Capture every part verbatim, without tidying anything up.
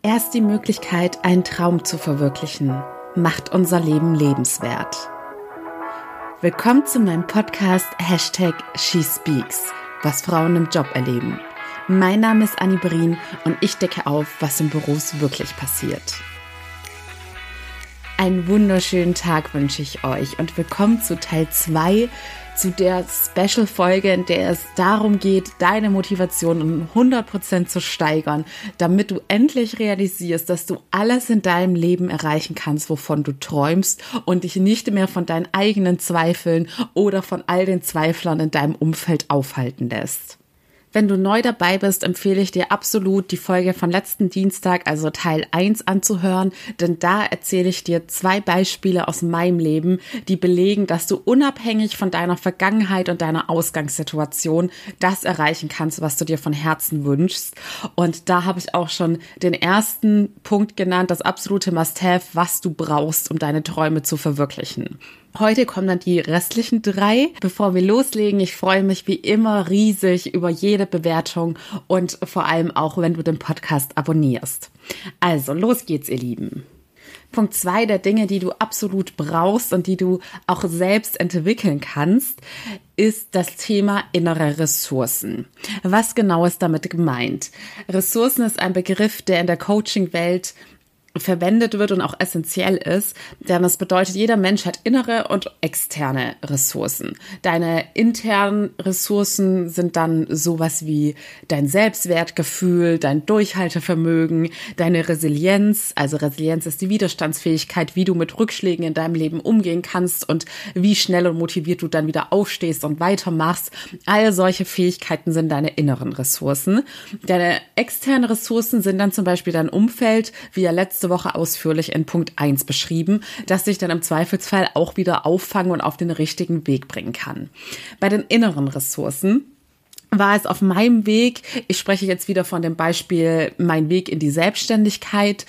Erst die Möglichkeit, einen Traum zu verwirklichen, macht unser Leben lebenswert. Willkommen zu meinem Podcast Hashtag SheSpeaks, was Frauen im Job erleben. Mein Name ist Annie Brien und ich decke auf, was in Büros wirklich passiert. Einen wunderschönen Tag wünsche ich euch und willkommen zu Teil zwei, zu der Special-Folge, in der es darum geht, deine Motivation um hundert Prozent zu steigern, damit du endlich realisierst, dass du alles in deinem Leben erreichen kannst, wovon du träumst und dich nicht mehr von deinen eigenen Zweifeln oder von all den Zweiflern in deinem Umfeld aufhalten lässt. Wenn du neu dabei bist, empfehle ich dir absolut, die Folge von letzten Dienstag, also Teil eins, anzuhören, denn da erzähle ich dir zwei Beispiele aus meinem Leben, die belegen, dass du unabhängig von deiner Vergangenheit und deiner Ausgangssituation das erreichen kannst, was du dir von Herzen wünschst. Und da habe ich auch schon den ersten Punkt genannt, das absolute Must-Have, was du brauchst, um deine Träume zu verwirklichen. Heute kommen dann die restlichen drei. Bevor wir loslegen, ich freue mich wie immer riesig über jede Bewertung und vor allem auch, wenn du den Podcast abonnierst. Also, los geht's, ihr Lieben. Punkt zwei der Dinge, die du absolut brauchst und die du auch selbst entwickeln kannst, ist das Thema innere Ressourcen. Was genau ist damit gemeint? Ressourcen ist ein Begriff, der in der Coaching-Welt verwendet wird und auch essentiell ist, denn das bedeutet, jeder Mensch hat innere und externe Ressourcen. Deine internen Ressourcen sind dann sowas wie dein Selbstwertgefühl, dein Durchhaltevermögen, deine Resilienz. Also Resilienz ist die Widerstandsfähigkeit, wie du mit Rückschlägen in deinem Leben umgehen kannst und wie schnell und motiviert du dann wieder aufstehst und weitermachst. All solche Fähigkeiten sind deine inneren Ressourcen. Deine externen Ressourcen sind dann zum Beispiel dein Umfeld, wie ja letzte Woche ausführlich in Punkt eins beschrieben, das dich dann im Zweifelsfall auch wieder auffangen und auf den richtigen Weg bringen kann. Bei den inneren Ressourcen war es auf meinem Weg, ich spreche jetzt wieder von dem Beispiel mein Weg in die Selbstständigkeit,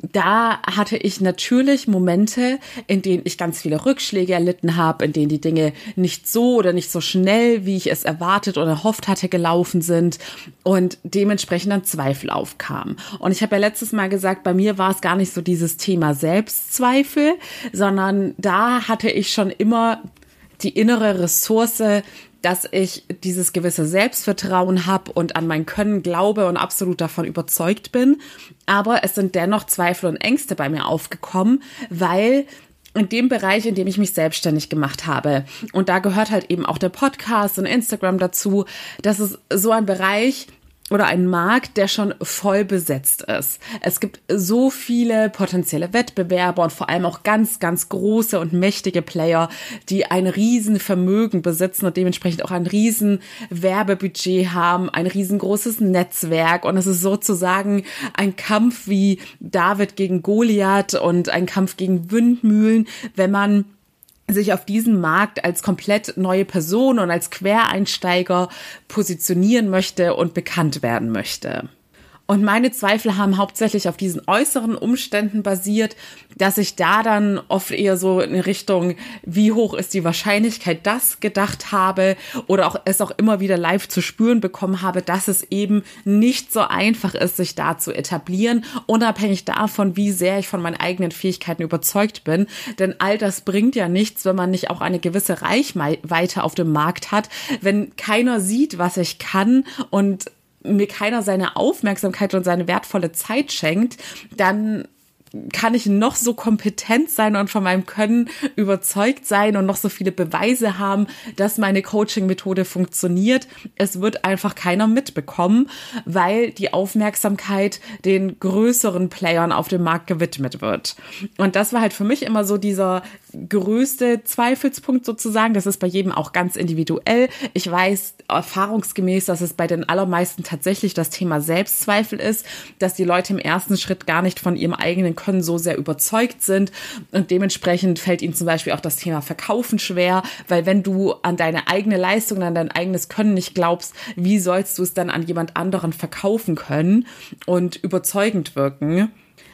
da hatte ich natürlich Momente, in denen ich ganz viele Rückschläge erlitten habe, in denen die Dinge nicht so oder nicht so schnell, wie ich es erwartet oder erhofft hatte, gelaufen sind und dementsprechend dann Zweifel aufkamen. Und ich habe ja letztes Mal gesagt, bei mir war es gar nicht so dieses Thema Selbstzweifel, sondern da hatte ich schon immer die innere Ressource, dass ich dieses gewisse Selbstvertrauen habe und an mein Können glaube und absolut davon überzeugt bin. Aber es sind dennoch Zweifel und Ängste bei mir aufgekommen, weil in dem Bereich, in dem ich mich selbstständig gemacht habe, und da gehört halt eben auch der Podcast und Instagram dazu, das ist so ein Bereich oder ein Markt, der schon voll besetzt ist. Es gibt so viele potenzielle Wettbewerber und vor allem auch ganz, ganz große und mächtige Player, die ein riesen Vermögen besitzen und dementsprechend auch ein riesen Werbebudget haben, ein riesengroßes Netzwerk. Und es ist sozusagen ein Kampf wie David gegen Goliath und ein Kampf gegen Windmühlen, wenn man sich auf diesem Markt als komplett neue Person und als Quereinsteiger positionieren möchte und bekannt werden möchte. Und meine Zweifel haben hauptsächlich auf diesen äußeren Umständen basiert, dass ich da dann oft eher so in Richtung, wie hoch ist die Wahrscheinlichkeit, das gedacht habe oder auch es auch immer wieder live zu spüren bekommen habe, dass es eben nicht so einfach ist, sich da zu etablieren, unabhängig davon, wie sehr ich von meinen eigenen Fähigkeiten überzeugt bin. Denn all das bringt ja nichts, wenn man nicht auch eine gewisse Reichweite auf dem Markt hat, wenn keiner sieht, was ich kann und mir keiner seine Aufmerksamkeit und seine wertvolle Zeit schenkt, dann kann ich noch so kompetent sein und von meinem Können überzeugt sein und noch so viele Beweise haben, dass meine Coaching-Methode funktioniert. Es wird einfach keiner mitbekommen, weil die Aufmerksamkeit den größeren Playern auf dem Markt gewidmet wird. Und das war halt für mich immer so dieser größte Zweifelspunkt sozusagen. Das ist bei jedem auch ganz individuell. Ich weiß erfahrungsgemäß, dass es bei den allermeisten tatsächlich das Thema Selbstzweifel ist, dass die Leute im ersten Schritt gar nicht von ihrem eigenen Können so sehr überzeugt sind und dementsprechend fällt ihnen zum Beispiel auch das Thema Verkaufen schwer, weil wenn du an deine eigene Leistung, an dein eigenes Können nicht glaubst, wie sollst du es dann an jemand anderen verkaufen können und überzeugend wirken?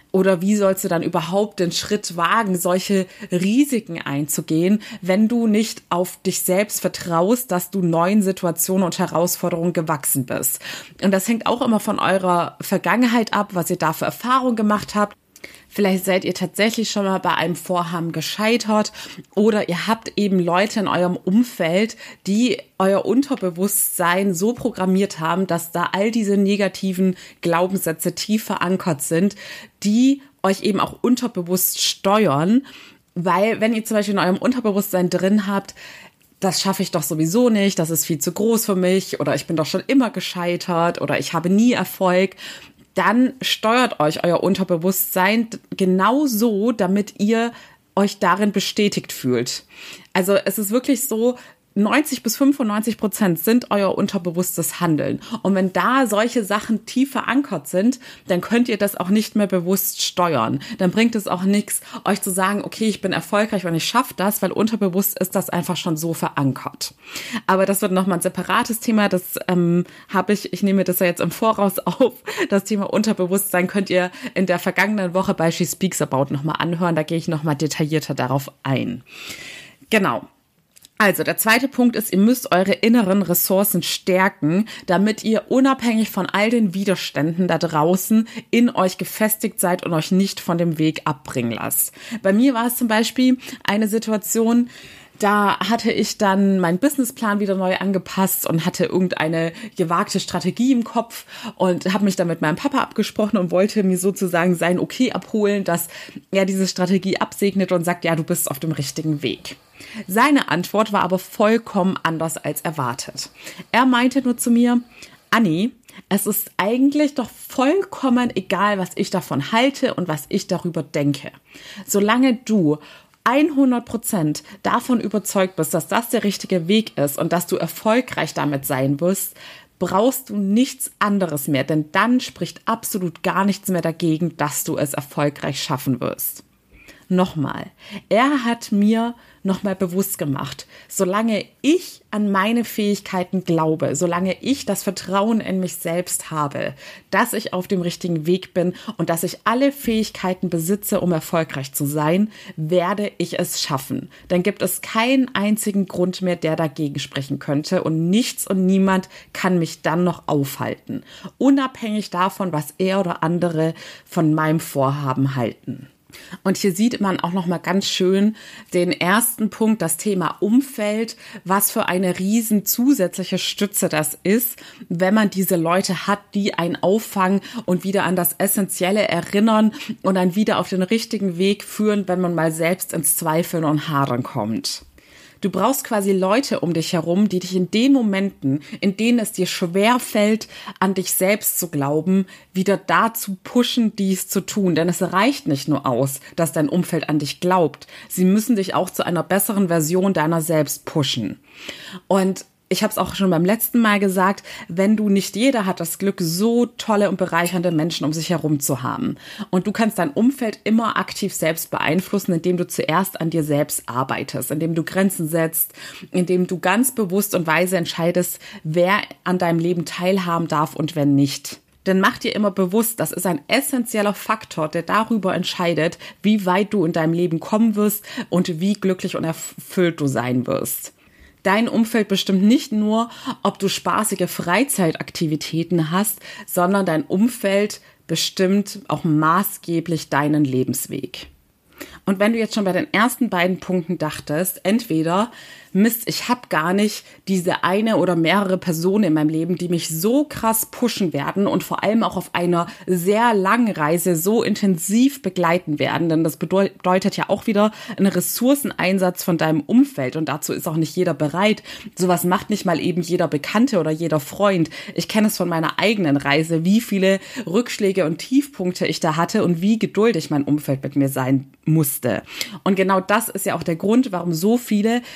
Oder wie sollst du dann überhaupt den Schritt wagen, solche Risiken einzugehen, wenn du nicht auf dich selbst vertraust, dass du neuen Situationen und Herausforderungen gewachsen bist? Und das hängt auch immer von eurer Vergangenheit ab, was ihr da für Erfahrungen gemacht habt. Vielleicht seid ihr tatsächlich schon mal bei einem Vorhaben gescheitert oder ihr habt eben Leute in eurem Umfeld, die euer Unterbewusstsein so programmiert haben, dass da all diese negativen Glaubenssätze tief verankert sind, die euch eben auch unterbewusst steuern. Weil wenn ihr zum Beispiel in eurem Unterbewusstsein drin habt, das schaffe ich doch sowieso nicht, das ist viel zu groß für mich oder ich bin doch schon immer gescheitert oder ich habe nie Erfolg, dann steuert euch euer Unterbewusstsein genau so, damit ihr euch darin bestätigt fühlt. Also es ist wirklich so, neunzig bis fünfundneunzig Prozent sind euer unterbewusstes Handeln. Und wenn da solche Sachen tief verankert sind, dann könnt ihr das auch nicht mehr bewusst steuern. Dann bringt es auch nichts, euch zu sagen, okay, ich bin erfolgreich und ich schaffe das, weil unterbewusst ist das einfach schon so verankert. Aber das wird nochmal ein separates Thema. Das ähm, habe ich, ich nehme das ja jetzt im Voraus auf. Das Thema Unterbewusstsein könnt ihr in der vergangenen Woche bei She Speaks About nochmal anhören. Da gehe ich nochmal detaillierter darauf ein. Genau. Also der zweite Punkt ist, ihr müsst eure inneren Ressourcen stärken, damit ihr unabhängig von all den Widerständen da draußen in euch gefestigt seid und euch nicht von dem Weg abbringen lasst. Bei mir war es zum Beispiel eine Situation, da hatte ich dann meinen Businessplan wieder neu angepasst und hatte irgendeine gewagte Strategie im Kopf und habe mich dann mit meinem Papa abgesprochen und wollte mir sozusagen sein Okay abholen, dass er diese Strategie absegnet und sagt, ja, du bist auf dem richtigen Weg. Seine Antwort war aber vollkommen anders als erwartet. Er meinte nur zu mir, Anni, es ist eigentlich doch vollkommen egal, was ich davon halte und was ich darüber denke. Solange du hundert Prozent davon überzeugt bist, dass das der richtige Weg ist und dass du erfolgreich damit sein wirst, brauchst du nichts anderes mehr, denn dann spricht absolut gar nichts mehr dagegen, dass du es erfolgreich schaffen wirst. Nochmal, er hat mir nochmal bewusst gemacht, solange ich an meine Fähigkeiten glaube, solange ich das Vertrauen in mich selbst habe, dass ich auf dem richtigen Weg bin und dass ich alle Fähigkeiten besitze, um erfolgreich zu sein, werde ich es schaffen. Dann gibt es keinen einzigen Grund mehr, der dagegen sprechen könnte und nichts und niemand kann mich dann noch aufhalten, unabhängig davon, was er oder andere von meinem Vorhaben halten. Und hier sieht man auch noch mal ganz schön den ersten Punkt, das Thema Umfeld, was für eine riesen zusätzliche Stütze das ist, wenn man diese Leute hat, die einen auffangen und wieder an das Essentielle erinnern und dann wieder auf den richtigen Weg führen, wenn man mal selbst ins Zweifeln und Hadern kommt. Du brauchst quasi Leute um dich herum, die dich in den Momenten, in denen es dir schwer fällt, an dich selbst zu glauben, wieder dazu pushen, dies zu tun. Denn es reicht nicht nur aus, dass dein Umfeld an dich glaubt. Sie müssen dich auch zu einer besseren Version deiner selbst pushen. Und ich habe es auch schon beim letzten Mal gesagt, wenn du nicht jeder hat das Glück, so tolle und bereichernde Menschen um sich herum zu haben. Und du kannst dein Umfeld immer aktiv selbst beeinflussen, indem du zuerst an dir selbst arbeitest, indem du Grenzen setzt, indem du ganz bewusst und weise entscheidest, wer an deinem Leben teilhaben darf und wer nicht. Denn mach dir immer bewusst, das ist ein essentieller Faktor, der darüber entscheidet, wie weit du in deinem Leben kommen wirst und wie glücklich und erfüllt du sein wirst. Dein Umfeld bestimmt nicht nur, ob du spaßige Freizeitaktivitäten hast, sondern dein Umfeld bestimmt auch maßgeblich deinen Lebensweg. Und wenn du jetzt schon bei den ersten beiden Punkten dachtest, entweder, Mist, ich habe gar nicht diese eine oder mehrere Personen in meinem Leben, die mich so krass pushen werden und vor allem auch auf einer sehr langen Reise so intensiv begleiten werden, denn das bedeutet ja auch wieder einen Ressourceneinsatz von deinem Umfeld und dazu ist auch nicht jeder bereit. Sowas macht nicht mal eben jeder Bekannte oder jeder Freund. Ich kenne es von meiner eigenen Reise, wie viele Rückschläge und Tiefpunkte ich da hatte und wie geduldig mein Umfeld mit mir sein musste. Und genau das ist ja auch der Grund, warum so viele sich auf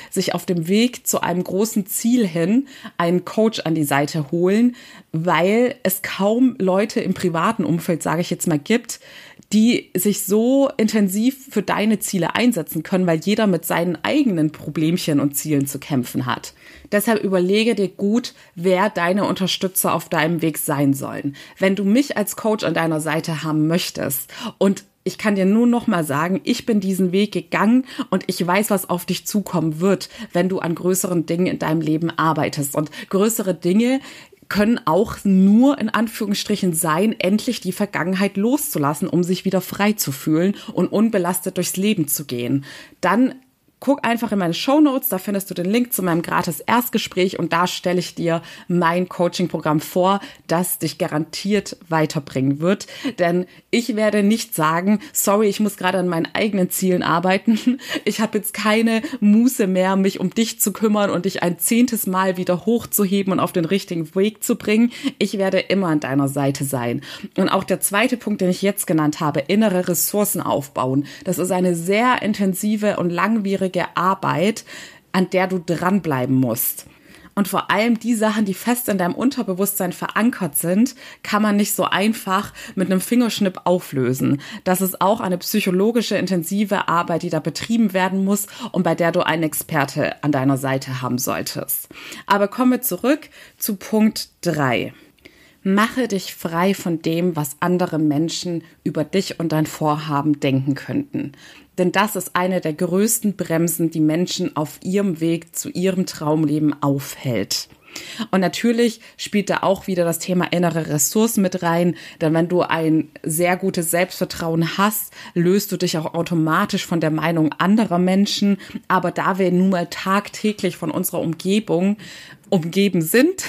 dem Weg zu einem großen Ziel hin einen Coach an die Seite holen, weil es kaum Leute im privaten Umfeld, sage ich jetzt mal, gibt, die sich so intensiv für deine Ziele einsetzen können, weil jeder mit seinen eigenen Problemchen und Zielen zu kämpfen hat. Deshalb überlege dir gut, wer deine Unterstützer auf deinem Weg sein sollen. Wenn du mich als Coach an deiner Seite haben möchtest und ich kann dir nur noch mal sagen, ich bin diesen Weg gegangen und ich weiß, was auf dich zukommen wird, wenn du an größeren Dingen in deinem Leben arbeitest. Und größere Dinge können auch nur in Anführungsstrichen sein, endlich die Vergangenheit loszulassen, um sich wieder frei zu fühlen und unbelastet durchs Leben zu gehen. Dann guck einfach in meine Shownotes, da findest du den Link zu meinem gratis Erstgespräch und da stelle ich dir mein Coaching-Programm vor, das dich garantiert weiterbringen wird. Denn ich werde nicht sagen, sorry, ich muss gerade an meinen eigenen Zielen arbeiten. Ich habe jetzt keine Muße mehr, mich um dich zu kümmern und dich ein zehntes Mal wieder hochzuheben und auf den richtigen Weg zu bringen. Ich werde immer an deiner Seite sein. Und auch der zweite Punkt, den ich jetzt genannt habe, innere Ressourcen aufbauen. Das ist eine sehr intensive und langwierige Arbeit, an der du dranbleiben musst. Und vor allem die Sachen, die fest in deinem Unterbewusstsein verankert sind, kann man nicht so einfach mit einem Fingerschnipp auflösen. Das ist auch eine psychologische, intensive Arbeit, die da betrieben werden muss und bei der du einen Experte an deiner Seite haben solltest. Aber kommen wir zurück zu Punkt drei. Mache dich frei von dem, was andere Menschen über dich und dein Vorhaben denken könnten. Denn das ist eine der größten Bremsen, die Menschen auf ihrem Weg zu ihrem Traumleben aufhält. Und natürlich spielt da auch wieder das Thema innere Ressourcen mit rein, denn wenn du ein sehr gutes Selbstvertrauen hast, löst du dich auch automatisch von der Meinung anderer Menschen. Aber da wir nun mal tagtäglich von unserer Umgebung umgeben sind,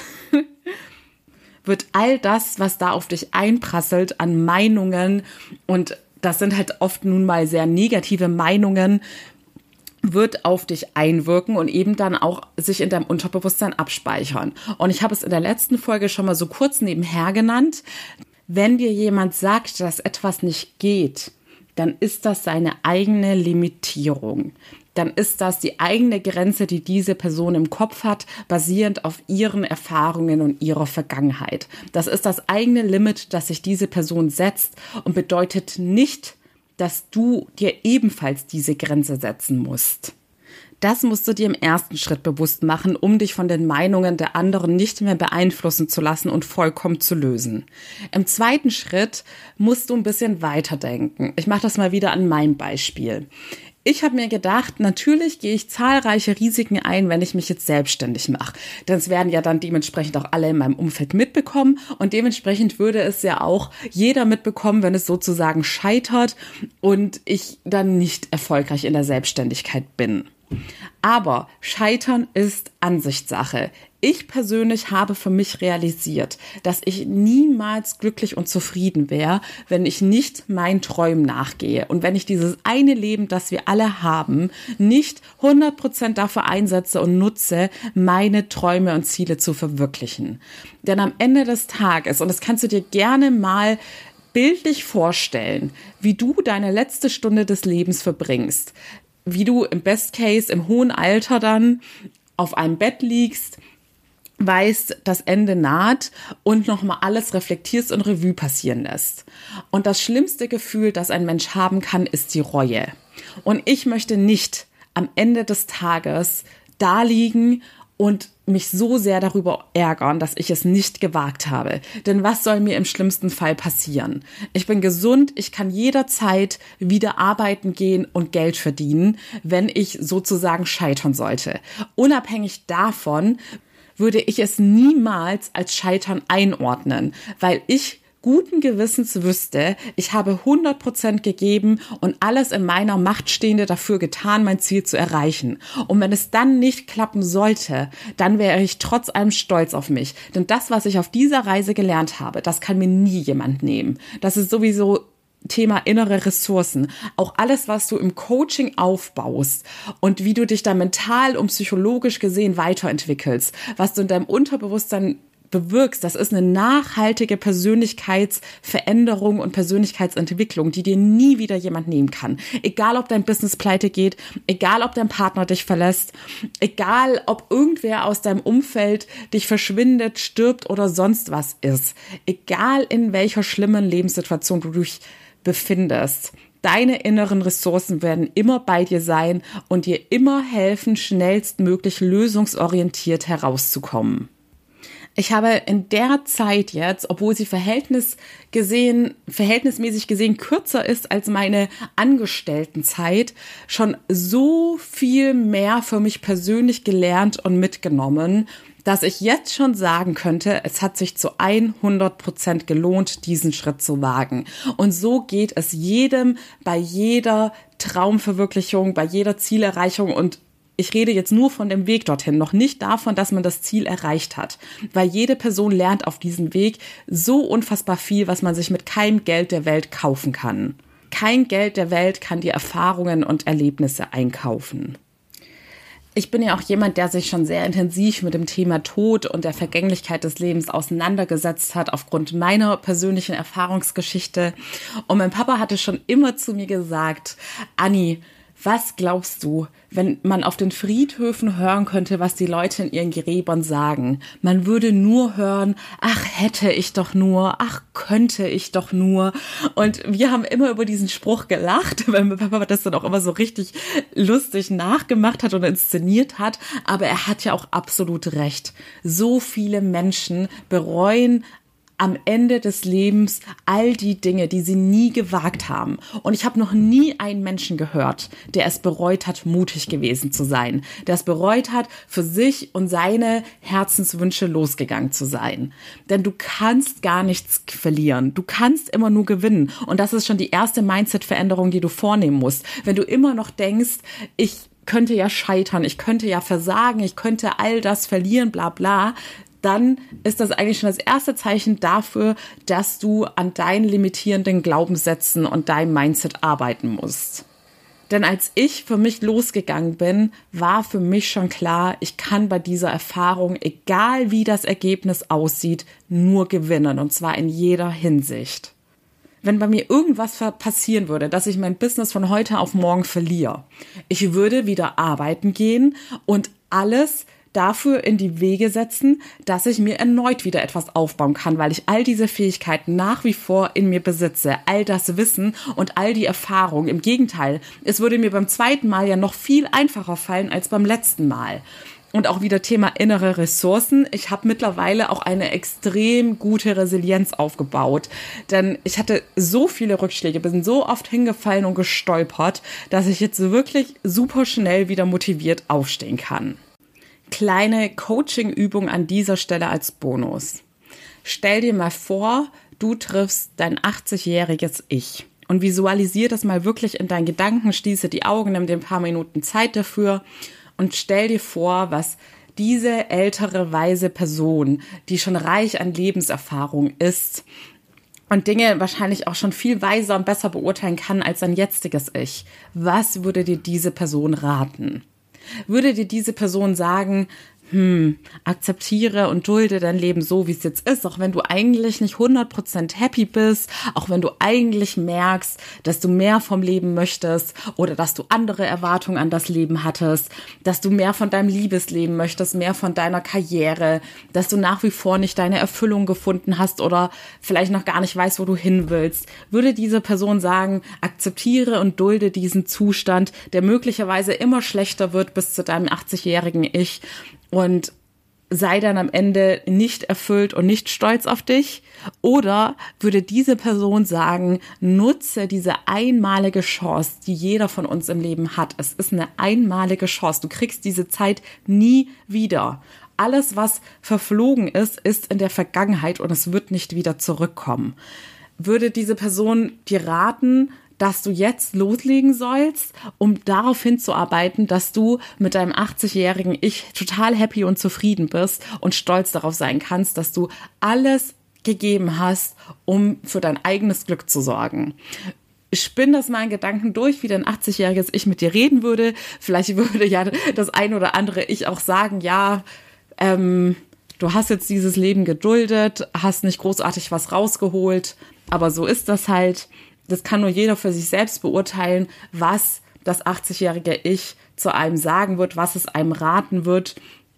wird all das, was da auf dich einprasselt an Meinungen, und das sind halt oft nun mal sehr negative Meinungen, wird auf dich einwirken und eben dann auch sich in deinem Unterbewusstsein abspeichern. Und ich habe es in der letzten Folge schon mal so kurz nebenher genannt. Wenn dir jemand sagt, dass etwas nicht geht, dann ist das seine eigene Limitierung. Dann ist das die eigene Grenze, die diese Person im Kopf hat, basierend auf ihren Erfahrungen und ihrer Vergangenheit. Das ist das eigene Limit, das sich diese Person setzt und bedeutet nicht, dass du dir ebenfalls diese Grenze setzen musst. Das musst du dir im ersten Schritt bewusst machen, um dich von den Meinungen der anderen nicht mehr beeinflussen zu lassen und vollkommen zu lösen. Im zweiten Schritt musst du ein bisschen weiterdenken. Ich mache das mal wieder an meinem Beispiel. Ich habe mir gedacht, natürlich gehe ich zahlreiche Risiken ein, wenn ich mich jetzt selbstständig mache. Denn es werden ja dann dementsprechend auch alle in meinem Umfeld mitbekommen und dementsprechend würde es ja auch jeder mitbekommen, wenn es sozusagen scheitert und ich dann nicht erfolgreich in der Selbstständigkeit bin. Aber Scheitern ist Ansichtssache. Ich persönlich habe für mich realisiert, dass ich niemals glücklich und zufrieden wäre, wenn ich nicht meinen Träumen nachgehe und wenn ich dieses eine Leben, das wir alle haben, nicht hundert Prozent dafür einsetze und nutze, meine Träume und Ziele zu verwirklichen. Denn am Ende des Tages, und das kannst du dir gerne mal bildlich vorstellen, wie du deine letzte Stunde des Lebens verbringst, wie du im Best Case im hohen Alter dann auf einem Bett liegst, weißt, das Ende naht und nochmal alles reflektierst und Revue passieren lässt. Und das schlimmste Gefühl, das ein Mensch haben kann, ist die Reue. Und ich möchte nicht am Ende des Tages da liegen und mich so sehr darüber ärgern, dass ich es nicht gewagt habe. Denn was soll mir im schlimmsten Fall passieren? Ich bin gesund, ich kann jederzeit wieder arbeiten gehen und Geld verdienen, wenn ich sozusagen scheitern sollte. Unabhängig davon würde ich es niemals als Scheitern einordnen, weil ich guten Gewissens wüsste, ich habe hundert Prozent gegeben und alles in meiner Macht Stehende dafür getan, mein Ziel zu erreichen. Und wenn es dann nicht klappen sollte, dann wäre ich trotz allem stolz auf mich. Denn das, was ich auf dieser Reise gelernt habe, das kann mir nie jemand nehmen. Das ist sowieso Thema innere Ressourcen. Auch alles, was du im Coaching aufbaust und wie du dich da mental und psychologisch gesehen weiterentwickelst, was du in deinem Unterbewusstsein bewirkst, das ist eine nachhaltige Persönlichkeitsveränderung und Persönlichkeitsentwicklung, die dir nie wieder jemand nehmen kann. Egal, ob dein Business pleite geht, egal, ob dein Partner dich verlässt, egal, ob irgendwer aus deinem Umfeld dich verschwindet, stirbt oder sonst was ist. Egal, in welcher schlimmen Lebenssituation du dich befindest. Deine inneren Ressourcen werden immer bei dir sein und dir immer helfen, schnellstmöglich lösungsorientiert herauszukommen. Ich habe in der Zeit jetzt, obwohl sie Verhältnis gesehen, verhältnismäßig gesehen kürzer ist als meine Angestelltenzeit, schon so viel mehr für mich persönlich gelernt und mitgenommen, dass ich jetzt schon sagen könnte, es hat sich zu hundert Prozent gelohnt, diesen Schritt zu wagen. Und so geht es jedem bei jeder Traumverwirklichung, bei jeder Zielerreichung. Und ich rede jetzt nur von dem Weg dorthin, noch nicht davon, dass man das Ziel erreicht hat. Weil jede Person lernt auf diesem Weg so unfassbar viel, was man sich mit keinem Geld der Welt kaufen kann. Kein Geld der Welt kann dir Erfahrungen und Erlebnisse einkaufen. Ich bin ja auch jemand, der sich schon sehr intensiv mit dem Thema Tod und der Vergänglichkeit des Lebens auseinandergesetzt hat, aufgrund meiner persönlichen Erfahrungsgeschichte. Und mein Papa hatte schon immer zu mir gesagt, Anni, was glaubst du, wenn man auf den Friedhöfen hören könnte, was die Leute in ihren Gräbern sagen? Man würde nur hören, ach, hätte ich doch nur, ach, könnte ich doch nur. Und wir haben immer über diesen Spruch gelacht, weil mein Papa das dann auch immer so richtig lustig nachgemacht hat oder inszeniert hat. Aber er hat ja auch absolut recht. So viele Menschen bereuen am Ende des Lebens all die Dinge, die sie nie gewagt haben. Und ich habe noch nie einen Menschen gehört, der es bereut hat, mutig gewesen zu sein, der es bereut hat, für sich und seine Herzenswünsche losgegangen zu sein. Denn du kannst gar nichts verlieren. Du kannst immer nur gewinnen. Und das ist schon die erste Mindset-Veränderung, die du vornehmen musst. Wenn du immer noch denkst, ich könnte ja scheitern, ich könnte ja versagen, ich könnte all das verlieren, bla bla, dann ist das eigentlich schon das erste Zeichen dafür, dass du an deinen limitierenden Glaubenssätzen und deinem Mindset arbeiten musst. Denn als ich für mich losgegangen bin, war für mich schon klar, ich kann bei dieser Erfahrung, egal wie das Ergebnis aussieht, nur gewinnen, und zwar in jeder Hinsicht. Wenn bei mir irgendwas passieren würde, dass ich mein Business von heute auf morgen verliere, ich würde wieder arbeiten gehen und alles dafür in die Wege setzen, dass ich mir erneut wieder etwas aufbauen kann, weil ich all diese Fähigkeiten nach wie vor in mir besitze, all das Wissen und all die Erfahrung. Im Gegenteil, es würde mir beim zweiten Mal ja noch viel einfacher fallen als beim letzten Mal. Und auch wieder Thema innere Ressourcen. Ich habe mittlerweile auch eine extrem gute Resilienz aufgebaut, denn ich hatte so viele Rückschläge, bin so oft hingefallen und gestolpert, dass ich jetzt wirklich super schnell wieder motiviert aufstehen kann. Kleine Coaching-Übung an dieser Stelle als Bonus. Stell dir mal vor, du triffst dein achtzigjähriges Ich und visualisier das mal wirklich in deinen Gedanken, schließe die Augen, nimm dir ein paar Minuten Zeit dafür und stell dir vor, was diese ältere, weise Person, die schon reich an Lebenserfahrung ist und Dinge wahrscheinlich auch schon viel weiser und besser beurteilen kann als dein jetziges Ich, was würde dir diese Person raten? Würde dir diese Person sagen, hm, akzeptiere und dulde dein Leben so, wie es jetzt ist, auch wenn du eigentlich nicht hundert Prozent happy bist, auch wenn du eigentlich merkst, dass du mehr vom Leben möchtest oder dass du andere Erwartungen an das Leben hattest, dass du mehr von deinem Liebesleben möchtest, mehr von deiner Karriere, dass du nach wie vor nicht deine Erfüllung gefunden hast oder vielleicht noch gar nicht weißt, wo du hin willst. Würde diese Person sagen, akzeptiere und dulde diesen Zustand, der möglicherweise immer schlechter wird bis zu deinem achtzigjährigen Ich, und sei dann am Ende nicht erfüllt und nicht stolz auf dich? Oder würde diese Person sagen, nutze diese einmalige Chance, die jeder von uns im Leben hat. Es ist eine einmalige Chance. Du kriegst diese Zeit nie wieder. Alles, was verflogen ist, ist in der Vergangenheit und es wird nicht wieder zurückkommen. Würde diese Person dir raten, dass du jetzt loslegen sollst, um darauf hinzuarbeiten, dass du mit deinem achtzigjährigen Ich total happy und zufrieden bist und stolz darauf sein kannst, dass du alles gegeben hast, um für dein eigenes Glück zu sorgen. Spinn das mal in Gedanken durch, wie dein achtzigjähriges Ich mit dir reden würde. Vielleicht würde ja das ein oder andere Ich auch sagen, ja, ähm, du hast jetzt dieses Leben geduldet, hast nicht großartig was rausgeholt, aber so ist das halt. Das kann nur jeder für sich selbst beurteilen, was das achtzigjährige Ich zu einem sagen wird, was es einem raten wird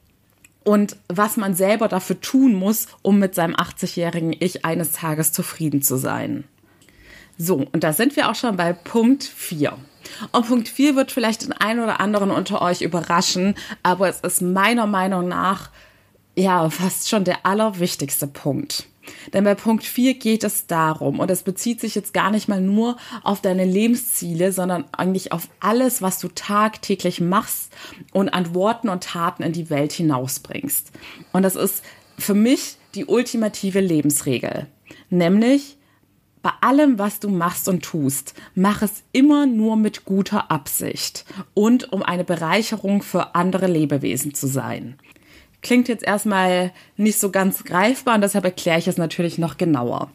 und was man selber dafür tun muss, um mit seinem achtzigjährigen Ich eines Tages zufrieden zu sein. So, und da sind wir auch schon bei Punkt vier. Und Punkt vier wird vielleicht den einen oder anderen unter euch überraschen, aber es ist meiner Meinung nach ja fast schon der allerwichtigste Punkt. Denn bei Punkt vier geht es darum, und es bezieht sich jetzt gar nicht mal nur auf deine Lebensziele, sondern eigentlich auf alles, was du tagtäglich machst und an Worten und Taten in die Welt hinausbringst. Und das ist für mich die ultimative Lebensregel, nämlich bei allem, was du machst und tust, mach es immer nur mit guter Absicht und um eine Bereicherung für andere Lebewesen zu sein. Klingt jetzt erstmal nicht so ganz greifbar und deshalb erkläre ich es natürlich noch genauer.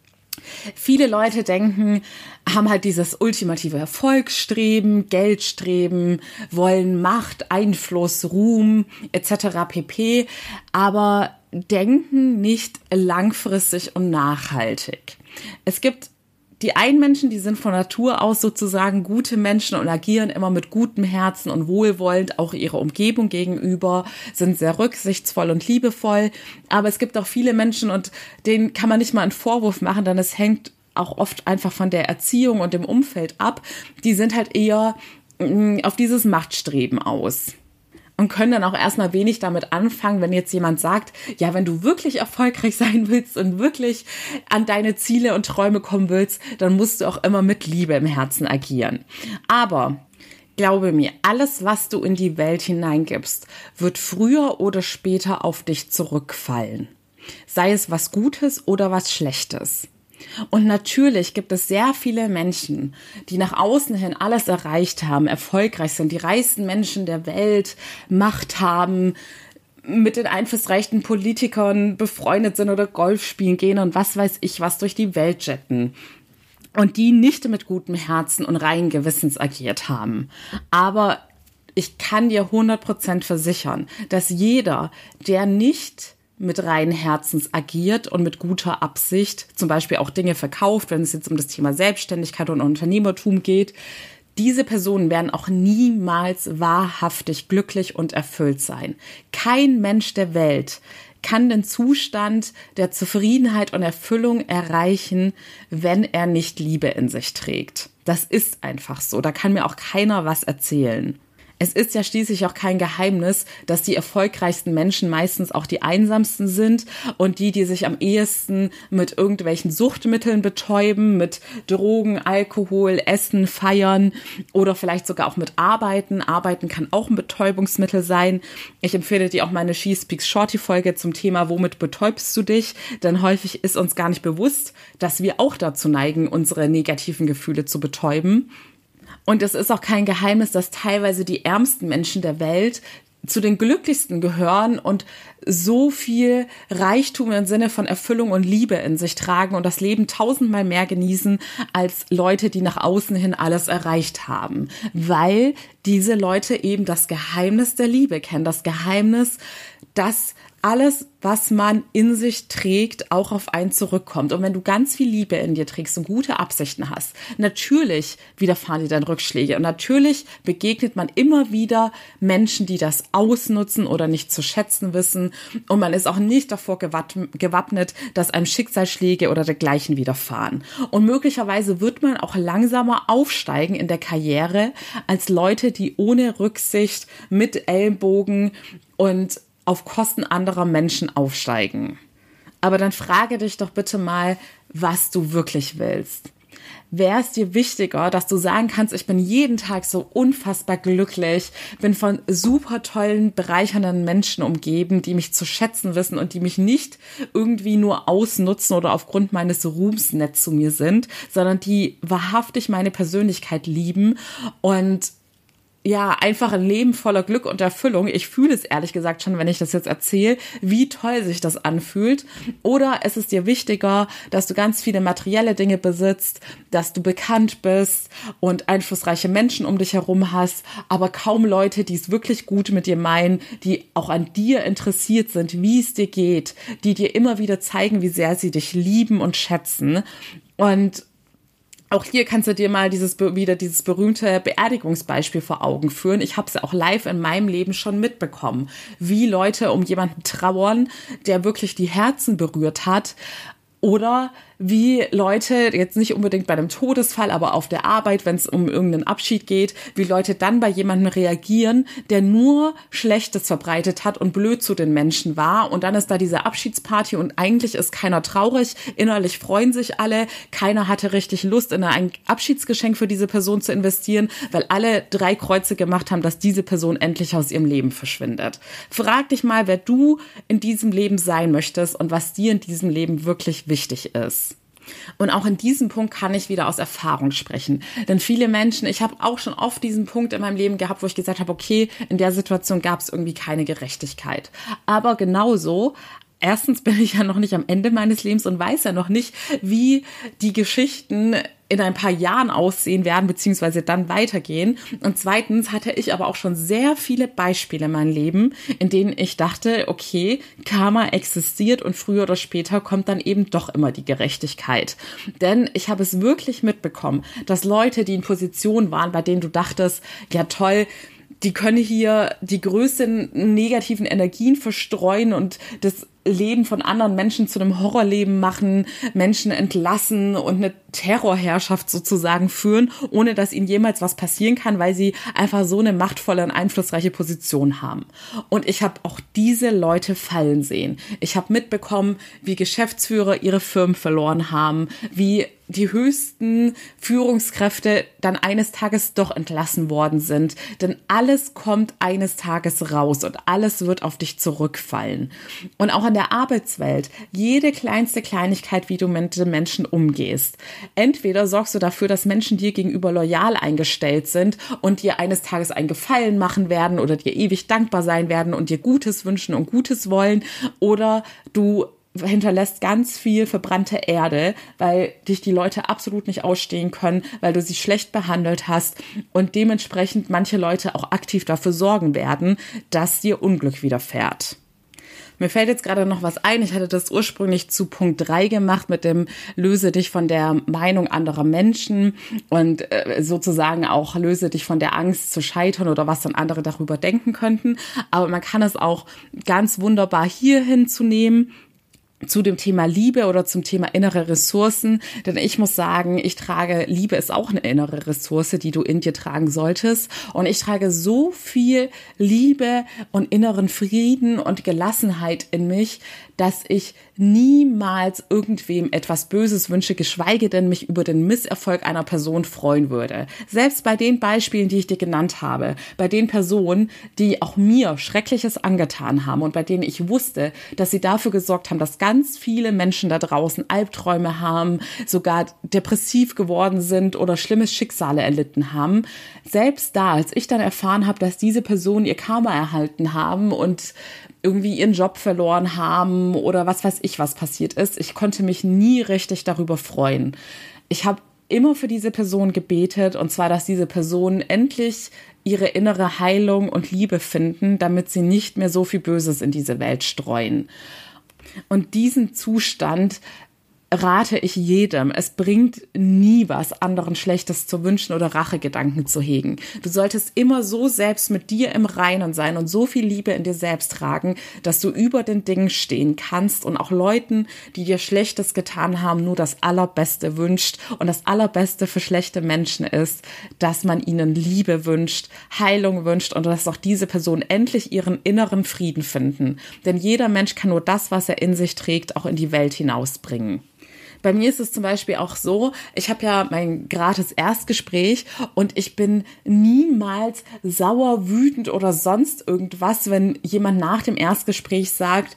Viele Leute denken, haben halt dieses ultimative Erfolgsstreben, Geldstreben, wollen Macht, Einfluss, Ruhm et cetera pp., aber denken nicht langfristig und nachhaltig. Es gibt die einen Menschen, die sind von Natur aus sozusagen gute Menschen und agieren immer mit gutem Herzen und wohlwollend auch ihrer Umgebung gegenüber, sind sehr rücksichtsvoll und liebevoll. Aber es gibt auch viele Menschen und denen kann man nicht mal einen Vorwurf machen, denn es hängt auch oft einfach von der Erziehung und dem Umfeld ab. Die sind halt eher mh, auf dieses Machtstreben aus. Und können dann auch erstmal wenig damit anfangen, wenn jetzt jemand sagt, ja, wenn du wirklich erfolgreich sein willst und wirklich an deine Ziele und Träume kommen willst, dann musst du auch immer mit Liebe im Herzen agieren. Aber glaube mir, alles, was du in die Welt hineingibst, wird früher oder später auf dich zurückfallen. Sei es was Gutes oder was Schlechtes. Und natürlich gibt es sehr viele Menschen, die nach außen hin alles erreicht haben, erfolgreich sind, die reichsten Menschen der Welt, Macht haben, mit den einflussreichen Politikern befreundet sind oder Golf spielen gehen und was weiß ich was durch die Welt jetten. Und die nicht mit gutem Herzen und reinen Gewissens agiert haben. Aber ich kann dir hundert Prozent versichern, dass jeder, der nicht mit reinen Herzens agiert und mit guter Absicht, zum Beispiel auch Dinge verkauft, wenn es jetzt um das Thema Selbstständigkeit und Unternehmertum geht, diese Personen werden auch niemals wahrhaftig glücklich und erfüllt sein. Kein Mensch der Welt kann den Zustand der Zufriedenheit und Erfüllung erreichen, wenn er nicht Liebe in sich trägt. Das ist einfach so. Da kann mir auch keiner was erzählen. Es ist ja schließlich auch kein Geheimnis, dass die erfolgreichsten Menschen meistens auch die einsamsten sind und die, die sich am ehesten mit irgendwelchen Suchtmitteln betäuben, mit Drogen, Alkohol, Essen, Feiern oder vielleicht sogar auch mit Arbeiten. Arbeiten kann auch ein Betäubungsmittel sein. Ich empfehle dir auch meine She Speaks Shorty Folge zum Thema, womit betäubst du dich? Denn häufig ist uns gar nicht bewusst, dass wir auch dazu neigen, unsere negativen Gefühle zu betäuben. Und es ist auch kein Geheimnis, dass teilweise die ärmsten Menschen der Welt zu den glücklichsten gehören und so viel Reichtum im Sinne von Erfüllung und Liebe in sich tragen und das Leben tausendmal mehr genießen als Leute, die nach außen hin alles erreicht haben. Weil diese Leute eben das Geheimnis der Liebe kennen, das Geheimnis, dass alles, was man in sich trägt, auch auf einen zurückkommt. Und wenn du ganz viel Liebe in dir trägst und gute Absichten hast, natürlich widerfahren dir dann Rückschläge. Und natürlich begegnet man immer wieder Menschen, die das ausnutzen oder nicht zu schätzen wissen. Und man ist auch nicht davor gewappnet, dass einem Schicksalsschläge oder dergleichen widerfahren. Und möglicherweise wird man auch langsamer aufsteigen in der Karriere als Leute, die ohne Rücksicht mit Ellenbogen und auf Kosten anderer Menschen aufsteigen. Aber dann frage dich doch bitte mal, was du wirklich willst. Wäre es dir wichtiger, dass du sagen kannst, ich bin jeden Tag so unfassbar glücklich, bin von super tollen, bereichernden Menschen umgeben, die mich zu schätzen wissen und die mich nicht irgendwie nur ausnutzen oder aufgrund meines Ruhms nett zu mir sind, sondern die wahrhaftig meine Persönlichkeit lieben und ja, einfach ein Leben voller Glück und Erfüllung. Ich fühle es ehrlich gesagt schon, wenn ich das jetzt erzähle, wie toll sich das anfühlt. Oder ist es dir wichtiger, dass du ganz viele materielle Dinge besitzt, dass du bekannt bist und einflussreiche Menschen um dich herum hast, aber kaum Leute, die es wirklich gut mit dir meinen, die auch an dir interessiert sind, wie es dir geht, die dir immer wieder zeigen, wie sehr sie dich lieben und schätzen. Und auch hier kannst du dir mal dieses wieder dieses berühmte Beerdigungsbeispiel vor Augen führen. Ich habe es ja auch live in meinem Leben schon mitbekommen, wie Leute um jemanden trauern, der wirklich die Herzen berührt hat. Oder wie Leute, jetzt nicht unbedingt bei einem Todesfall, aber auf der Arbeit, wenn es um irgendeinen Abschied geht, wie Leute dann bei jemandem reagieren, der nur Schlechtes verbreitet hat und blöd zu den Menschen war. Und dann ist da diese Abschiedsparty und eigentlich ist keiner traurig, innerlich freuen sich alle, keiner hatte richtig Lust, in ein Abschiedsgeschenk für diese Person zu investieren, weil alle drei Kreuze gemacht haben, dass diese Person endlich aus ihrem Leben verschwindet. Frag dich mal, wer du in diesem Leben sein möchtest und was dir in diesem Leben wirklich wichtig ist. Und auch in diesem Punkt kann ich wieder aus Erfahrung sprechen. Denn viele Menschen, ich habe auch schon oft diesen Punkt in meinem Leben gehabt, wo ich gesagt habe, okay, in der Situation gab es irgendwie keine Gerechtigkeit. Aber genauso, erstens bin ich ja noch nicht am Ende meines Lebens und weiß ja noch nicht, wie die Geschichten in ein paar Jahren aussehen werden, beziehungsweise dann weitergehen. Und zweitens hatte ich aber auch schon sehr viele Beispiele in meinem Leben, in denen ich dachte, okay, Karma existiert und früher oder später kommt dann eben doch immer die Gerechtigkeit. Denn ich habe es wirklich mitbekommen, dass Leute, die in Positionen waren, bei denen du dachtest, ja toll, die können hier die größten negativen Energien verstreuen und das Leben von anderen Menschen zu einem Horrorleben machen, Menschen entlassen und eine Terrorherrschaft sozusagen führen, ohne dass ihnen jemals was passieren kann, weil sie einfach so eine machtvolle und einflussreiche Position haben. Und ich habe auch diese Leute fallen sehen. Ich habe mitbekommen, wie Geschäftsführer ihre Firmen verloren haben, wie die höchsten Führungskräfte dann eines Tages doch entlassen worden sind. Denn alles kommt eines Tages raus und alles wird auf dich zurückfallen. Und auch in der Arbeitswelt, jede kleinste Kleinigkeit, wie du mit den Menschen umgehst. Entweder sorgst du dafür, dass Menschen dir gegenüber loyal eingestellt sind und dir eines Tages einen Gefallen machen werden oder dir ewig dankbar sein werden und dir Gutes wünschen und Gutes wollen, oder du hinterlässt ganz viel verbrannte Erde, weil dich die Leute absolut nicht ausstehen können, weil du sie schlecht behandelt hast und dementsprechend manche Leute auch aktiv dafür sorgen werden, dass dir Unglück widerfährt. Mir fällt jetzt gerade noch was ein. Ich hatte das ursprünglich zu Punkt drei gemacht mit dem löse dich von der Meinung anderer Menschen und äh, sozusagen auch löse dich von der Angst zu scheitern oder was dann andere darüber denken könnten. Aber man kann es auch ganz wunderbar hier hinzunehmen, zu dem Thema Liebe oder zum Thema innere Ressourcen, denn ich muss sagen, ich trage, Liebe ist auch eine innere Ressource, die du in dir tragen solltest, und ich trage so viel Liebe und inneren Frieden und Gelassenheit in mich, dass ich niemals irgendwem etwas Böses wünsche, geschweige denn mich über den Misserfolg einer Person freuen würde. Selbst bei den Beispielen, die ich dir genannt habe, bei den Personen, die auch mir Schreckliches angetan haben und bei denen ich wusste, dass sie dafür gesorgt haben, dass ganz viele Menschen da draußen Albträume haben, sogar depressiv geworden sind oder schlimme Schicksale erlitten haben. Selbst da, als ich dann erfahren habe, dass diese Personen ihr Karma erhalten haben und irgendwie ihren Job verloren haben oder was weiß ich, was passiert ist, ich konnte mich nie richtig darüber freuen. Ich habe immer für diese Person gebetet, und zwar, dass diese Personen endlich ihre innere Heilung und Liebe finden, damit sie nicht mehr so viel Böses in diese Welt streuen. Und diesen Zustand rate ich jedem. Es bringt nie was, anderen Schlechtes zu wünschen oder Rachegedanken zu hegen. Du solltest immer so selbst mit dir im Reinen sein und so viel Liebe in dir selbst tragen, dass du über den Dingen stehen kannst und auch Leuten, die dir Schlechtes getan haben, nur das Allerbeste wünscht. Und das Allerbeste für schlechte Menschen ist, dass man ihnen Liebe wünscht, Heilung wünscht und dass auch diese Personen endlich ihren inneren Frieden finden. Denn jeder Mensch kann nur das, was er in sich trägt, auch in die Welt hinausbringen. Bei mir ist es zum Beispiel auch so, ich habe ja mein gratis Erstgespräch und ich bin niemals sauer, wütend oder sonst irgendwas, wenn jemand nach dem Erstgespräch sagt,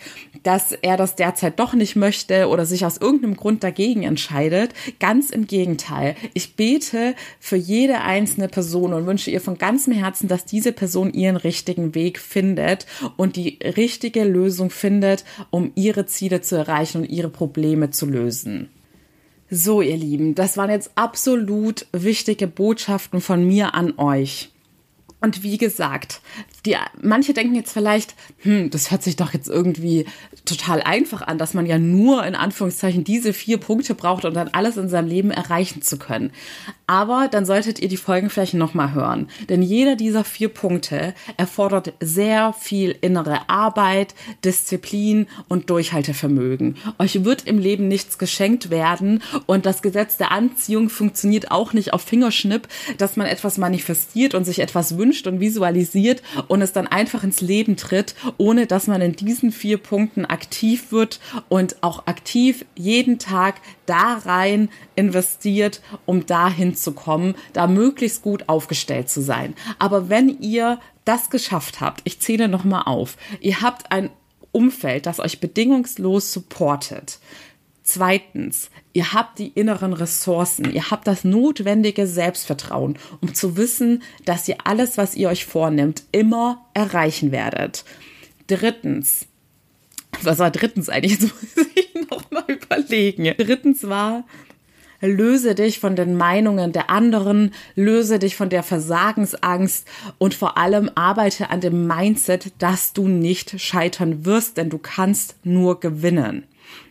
dass er das derzeit doch nicht möchte oder sich aus irgendeinem Grund dagegen entscheidet. Ganz im Gegenteil. Ich bete für jede einzelne Person und wünsche ihr von ganzem Herzen, dass diese Person ihren richtigen Weg findet und die richtige Lösung findet, um ihre Ziele zu erreichen und ihre Probleme zu lösen. So, ihr Lieben, das waren jetzt absolut wichtige Botschaften von mir an euch. Und wie gesagt, die, manche denken jetzt vielleicht, hm, das hört sich doch jetzt irgendwie total einfach an, dass man ja nur in Anführungszeichen diese vier Punkte braucht, um dann alles in seinem Leben erreichen zu können. Aber dann solltet ihr die Folgen vielleicht nochmal hören. Denn jeder dieser vier Punkte erfordert sehr viel innere Arbeit, Disziplin und Durchhaltevermögen. Euch wird im Leben nichts geschenkt werden und das Gesetz der Anziehung funktioniert auch nicht auf Fingerschnipp, dass man etwas manifestiert und sich etwas wünscht und visualisiert und es dann einfach ins Leben tritt, ohne dass man in diesen vier Punkten aktiv wird und auch aktiv jeden Tag da rein investiert, um dahin zu kommen, da möglichst gut aufgestellt zu sein. Aber wenn ihr das geschafft habt, ich zähle nochmal auf, ihr habt ein Umfeld, das euch bedingungslos supportet. Zweitens, ihr habt die inneren Ressourcen, ihr habt das notwendige Selbstvertrauen, um zu wissen, dass ihr alles, was ihr euch vornimmt, immer erreichen werdet. Drittens, was war drittens eigentlich? Jetzt muss ich noch mal überlegen. Drittens war, löse dich von den Meinungen der anderen, löse dich von der Versagensangst und vor allem arbeite an dem Mindset, dass du nicht scheitern wirst, denn du kannst nur gewinnen.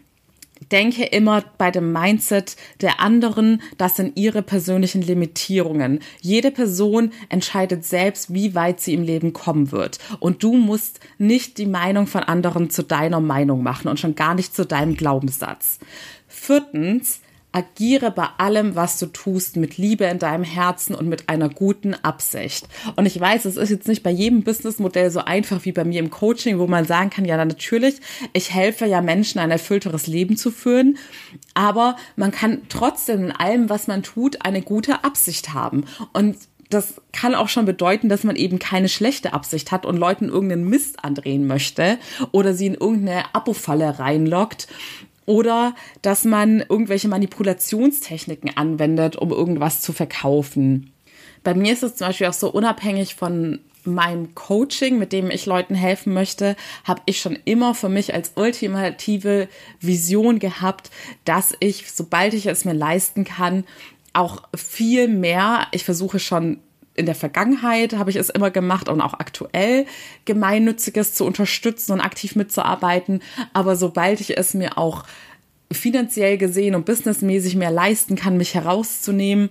Denke immer bei dem Mindset der anderen, das sind ihre persönlichen Limitierungen. Jede Person entscheidet selbst, wie weit sie im Leben kommen wird. Und du musst nicht die Meinung von anderen zu deiner Meinung machen und schon gar nicht zu deinem Glaubenssatz. Viertens, agiere bei allem, was du tust, mit Liebe in deinem Herzen und mit einer guten Absicht. Und ich weiß, es ist jetzt nicht bei jedem Businessmodell so einfach wie bei mir im Coaching, wo man sagen kann, ja natürlich, ich helfe ja Menschen, ein erfüllteres Leben zu führen, aber man kann trotzdem in allem, was man tut, eine gute Absicht haben. Und das kann auch schon bedeuten, dass man eben keine schlechte Absicht hat und Leuten irgendeinen Mist andrehen möchte oder sie in irgendeine Abo-Falle reinlockt. Oder dass man irgendwelche Manipulationstechniken anwendet, um irgendwas zu verkaufen. Bei mir ist es zum Beispiel auch so, unabhängig von meinem Coaching, mit dem ich Leuten helfen möchte, habe ich schon immer für mich als ultimative Vision gehabt, dass ich, sobald ich es mir leisten kann, auch viel mehr, ich versuche schon in der Vergangenheit habe ich es immer gemacht und auch aktuell Gemeinnütziges zu unterstützen und aktiv mitzuarbeiten. Aber sobald ich es mir auch finanziell gesehen und businessmäßig mehr leisten kann, mich herauszunehmen,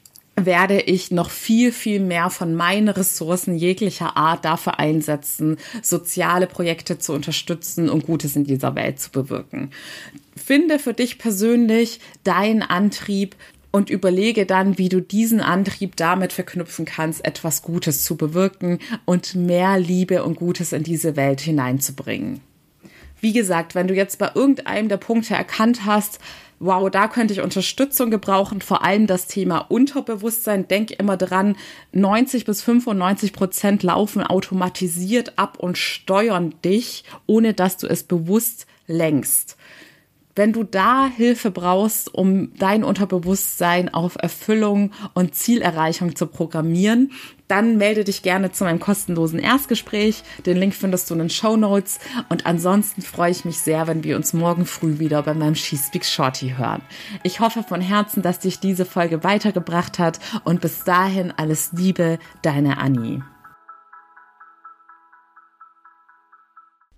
werde ich noch viel, viel mehr von meinen Ressourcen jeglicher Art dafür einsetzen, soziale Projekte zu unterstützen und Gutes in dieser Welt zu bewirken. Finde für dich persönlich deinen Antrieb und überlege dann, wie du diesen Antrieb damit verknüpfen kannst, etwas Gutes zu bewirken und mehr Liebe und Gutes in diese Welt hineinzubringen. Wie gesagt, wenn du jetzt bei irgendeinem der Punkte erkannt hast, wow, da könnte ich Unterstützung gebrauchen, vor allem das Thema Unterbewusstsein, denk immer dran, neunzig bis fünfundneunzig Prozent laufen automatisiert ab und steuern dich, ohne dass du es bewusst lenkst. Wenn du da Hilfe brauchst, um dein Unterbewusstsein auf Erfüllung und Zielerreichung zu programmieren, dann melde dich gerne zu meinem kostenlosen Erstgespräch. Den Link findest du in den Shownotes. Und ansonsten freue ich mich sehr, wenn wir uns morgen früh wieder bei meinem She Speaks Shorty hören. Ich hoffe von Herzen, dass dich diese Folge weitergebracht hat. Und bis dahin alles Liebe, deine Anni.